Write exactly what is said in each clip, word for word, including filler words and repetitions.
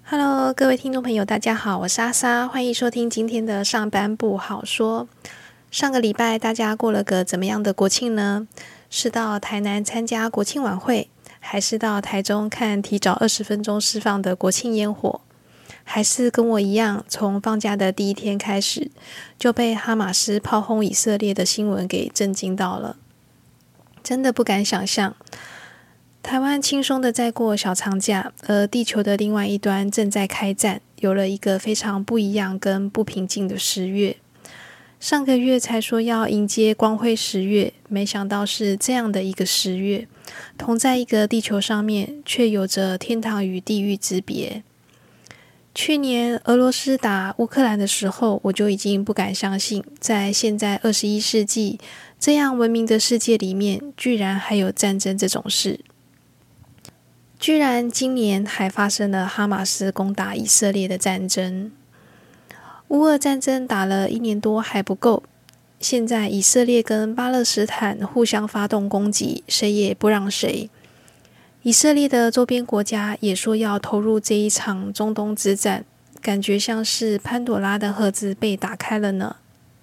Hello，各位听众朋友，大家好，我是阿莎，欢迎收听今天的上班不好说。上个礼拜大家过了个怎么样的国庆呢？是到台南参加国庆晚会，还是到台中看提早二十分钟释放的国庆烟火？还是跟我一样，从放假的第一天开始就被哈马斯炮轰以色列的新闻给震惊到了？真的不敢想象。台湾轻松的在过小长假，而地球的另外一端正在开战，有了一个非常不一样跟不平静的十月。上个月才说要迎接光辉十月，没想到是这样的一个十月，同在一个地球上面，却有着天堂与地狱之别。去年俄罗斯打乌克兰的时候，我就已经不敢相信，在现在二十一世纪这样文明的世界里面，居然还有战争这种事。居然今年还发生了哈马斯攻打以色列的战争。乌俄战争打了一年多还不够，现在以色列跟巴勒斯坦互相发动攻击，谁也不让谁。以色列的周边国家也说要投入这一场中东之战，感觉像是潘朵拉的盒子被打开了呢。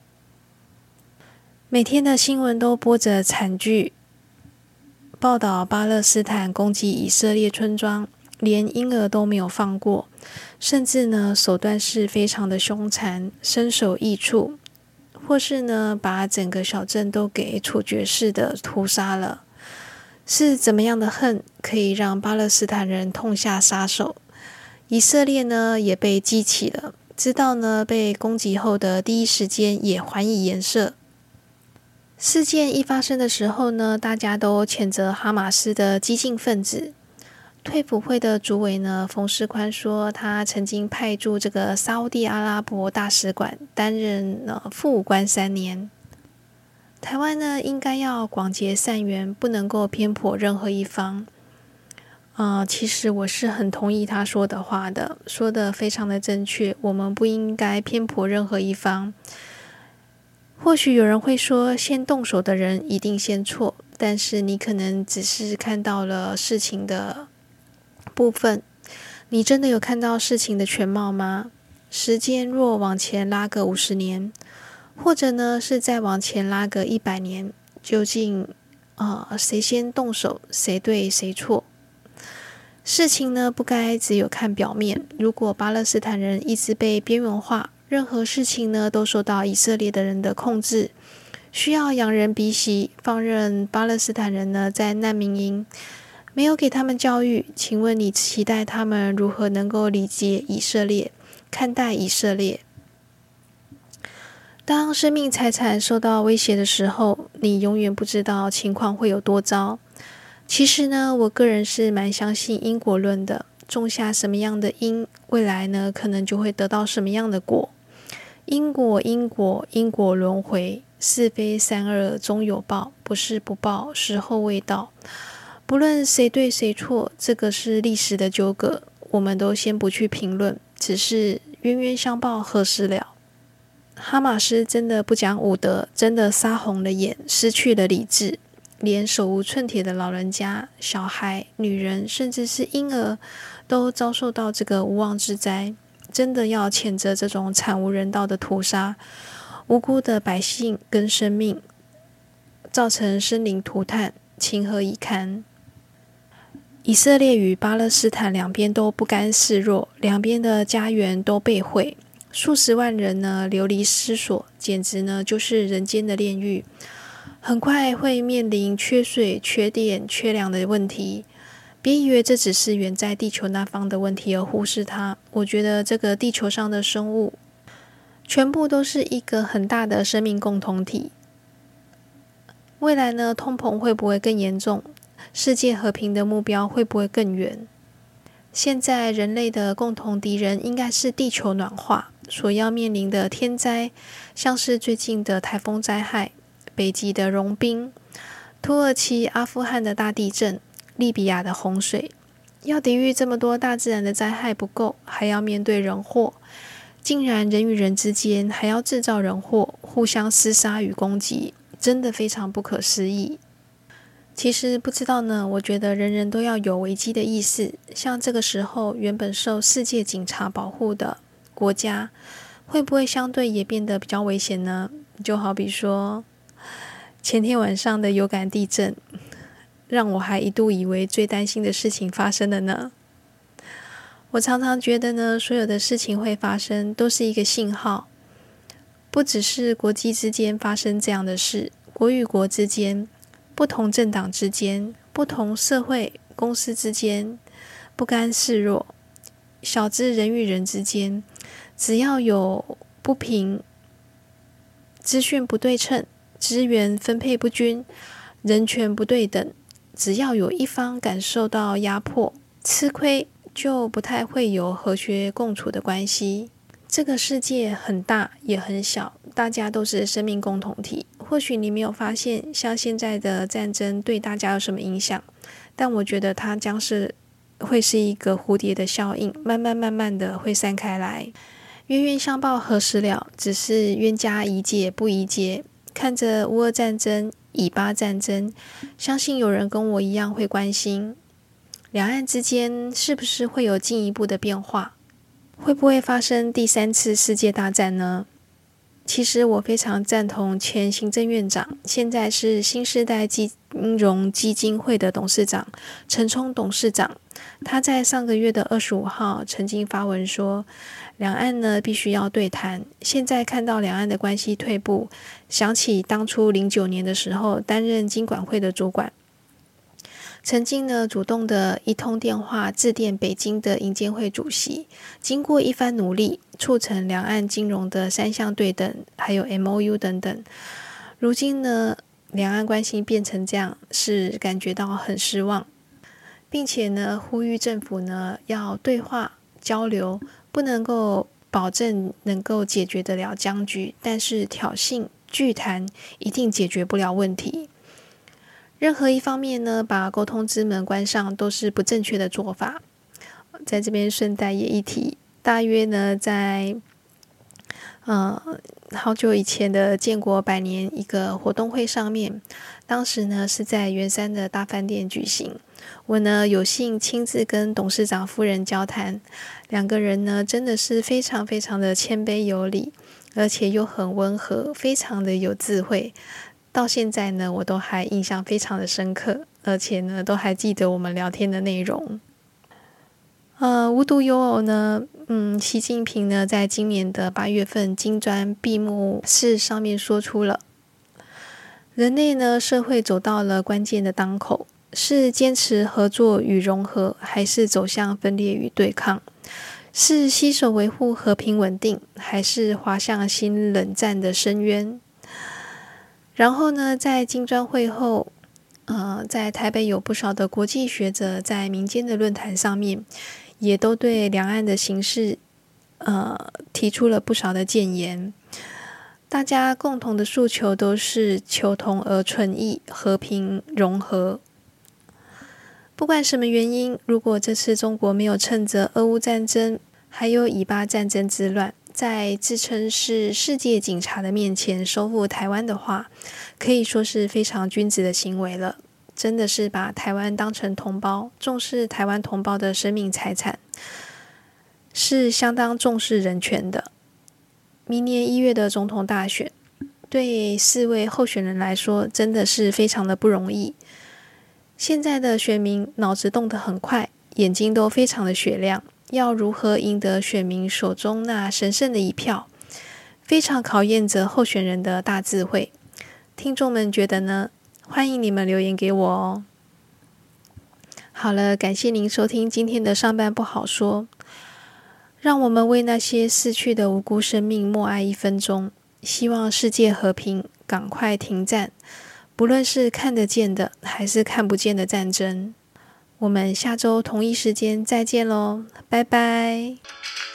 每天的新闻都播着惨剧，报道巴勒斯坦攻击以色列村庄，连婴儿都没有放过，甚至呢手段是非常的凶残，身首异处，或是呢把整个小镇都给处决式的屠杀了。是怎么样的恨可以让巴勒斯坦人痛下杀手？以色列呢也被激起了，知道呢被攻击后的第一时间也还以颜色。事件一发生的时候呢，大家都谴责哈马斯的激进分子。退辅会的主委呢，冯世宽说，他曾经派驻这个沙烏地阿拉伯大使馆担任了副武官三年。台湾呢，应该要广结善缘，不能够偏颇任何一方。呃，其实我是很同意他说的话的，说的非常的正确，我们不应该偏颇任何一方。或许有人会说，先动手的人一定先错，但是你可能只是看到了事情的部分，你真的有看到事情的全貌吗？时间若往前拉个五十年，或者呢是再往前拉个一百年，究竟呃谁先动手，谁对谁错？事情呢不该只有看表面，如果巴勒斯坦人一直被边缘化，任何事情呢都受到以色列的人的控制，需要仰人鼻息，放任巴勒斯坦人呢在难民营，没有给他们教育，请问你期待他们如何能够理解以色列，看待以色列？当生命财产受到威胁的时候，你永远不知道情况会有多糟。其实呢，我个人是蛮相信因果论的，种下什么样的因，未来呢可能就会得到什么样的果。因果因果因果轮回，是非三恶终有报，不是不报，时候未到。不论谁对谁错，这个是历史的纠葛，我们都先不去评论，只是冤冤相报何时了。哈马斯真的不讲武德，真的杀红了眼，失去了理智，连手无寸铁的老人家、小孩、女人，甚至是婴儿，都遭受到这个无妄之灾。真的要谴责这种惨无人道的屠杀，无辜的百姓跟生命，造成生灵涂炭，情何以堪？以色列与巴勒斯坦两边都不甘示弱，两边的家园都被毁，数十万人呢流离失所，简直呢就是人间的炼狱。很快会面临缺水、缺电、缺粮的问题。别以为这只是远在地球那方的问题而忽视它，我觉得这个地球上的生物全部都是一个很大的生命共同体。未来呢，通膨会不会更严重？世界和平的目标会不会更远？现在人类的共同敌人应该是地球暖化所要面临的天灾，像是最近的台风灾害、北极的融冰、土耳其、阿富汗的大地震、利比亚的洪水。要抵御这么多大自然的灾害不够，还要面对人祸，竟然人与人之间还要制造人祸，互相厮杀与攻击，真的非常不可思议。 其实不知道呢，我觉得人人都要有危机的意识。像这个时候，原本受世界警察保护的国家，会不会相对也变得比较危险呢？就好比说，前天晚上的有感地震，让我还一度以为最担心的事情发生了呢。我常常觉得呢，所有的事情会发生，都是一个信号。不只是国际之间发生这样的事，国与国之间，不同政党之间，不同社会公司之间，不甘示弱，小至人与人之间，只要有不平、资讯不对称、资源分配不均、人权不对等，只要有一方感受到压迫、吃亏，就不太会有和谐共处的关系。这个世界很大也很小，大家都是生命共同体。或许你没有发现，像现在的战争对大家有什么影响，但我觉得它将是会是一个蝴蝶的效应，慢慢慢慢的会散开来。冤冤相报何时了？只是冤家宜解不宜结。看着乌俄战争、以巴战争，相信有人跟我一样会关心，两岸之间是不是会有进一步的变化？会不会发生第三次世界大战呢？其实我非常赞同前行政院长，现在是新世代金融基金会的董事长陈冲董事长。他在上个月的二十五号曾经发文说，两岸呢必须要对谈。现在看到两岸的关系退步，想起当初零九年的时候担任金管会的主管，曾经呢主动的一通电话致电北京的银监会主席，经过一番努力，促成两岸金融的三项对等，还有 M O U 等等。如今呢，两岸关系变成这样，是感觉到很失望，并且呢，呼吁政府呢要对话交流，不能够保证能够解决得了僵局，但是挑衅拒谈一定解决不了问题。任何一方面呢，把沟通之门关上都是不正确的做法。在这边顺带也一提，大约呢在呃好久以前的建国百年一个活动会上面，当时呢是在圆山的大饭店举行。我呢有幸亲自跟董事长夫人交谈，两个人呢真的是非常非常的谦卑有礼，而且又很温和，非常的有智慧。到现在呢，我都还印象非常的深刻，而且呢，都还记得我们聊天的内容。呃，无独有偶呢，嗯，习近平呢，在今年的八月份金砖闭幕式上面说出了，人类呢，社会走到了关键的当口，是坚持合作与融合，还是走向分裂与对抗？是携手维护和平稳定，还是滑向新冷战的深渊？然后呢，在金砖会后，呃，在台北有不少的国际学者在民间的论坛上面，也都对两岸的形势，呃，提出了不少的建言。大家共同的诉求都是求同而存异，和平融合。不管什么原因，如果这次中国没有趁着俄乌战争还有以巴战争之乱，在自称是世界警察的面前收复台湾的话，可以说是非常君子的行为了。真的是把台湾当成同胞，重视台湾同胞的生命财产，是相当重视人权的。明年一月的总统大选，对四位候选人来说，真的是非常的不容易。现在的选民脑子动得很快，眼睛都非常的雪亮。要如何赢得选民手中那神圣的一票，非常考验着候选人的大智慧。听众们觉得呢？欢迎你们留言给我哦。好了，感谢您收听今天的上班不好说。让我们为那些逝去的无辜生命默哀一分钟，希望世界和平，赶快停战。不论是看得见的，还是看不见的战争。我们下周同一时间再见喽，拜拜。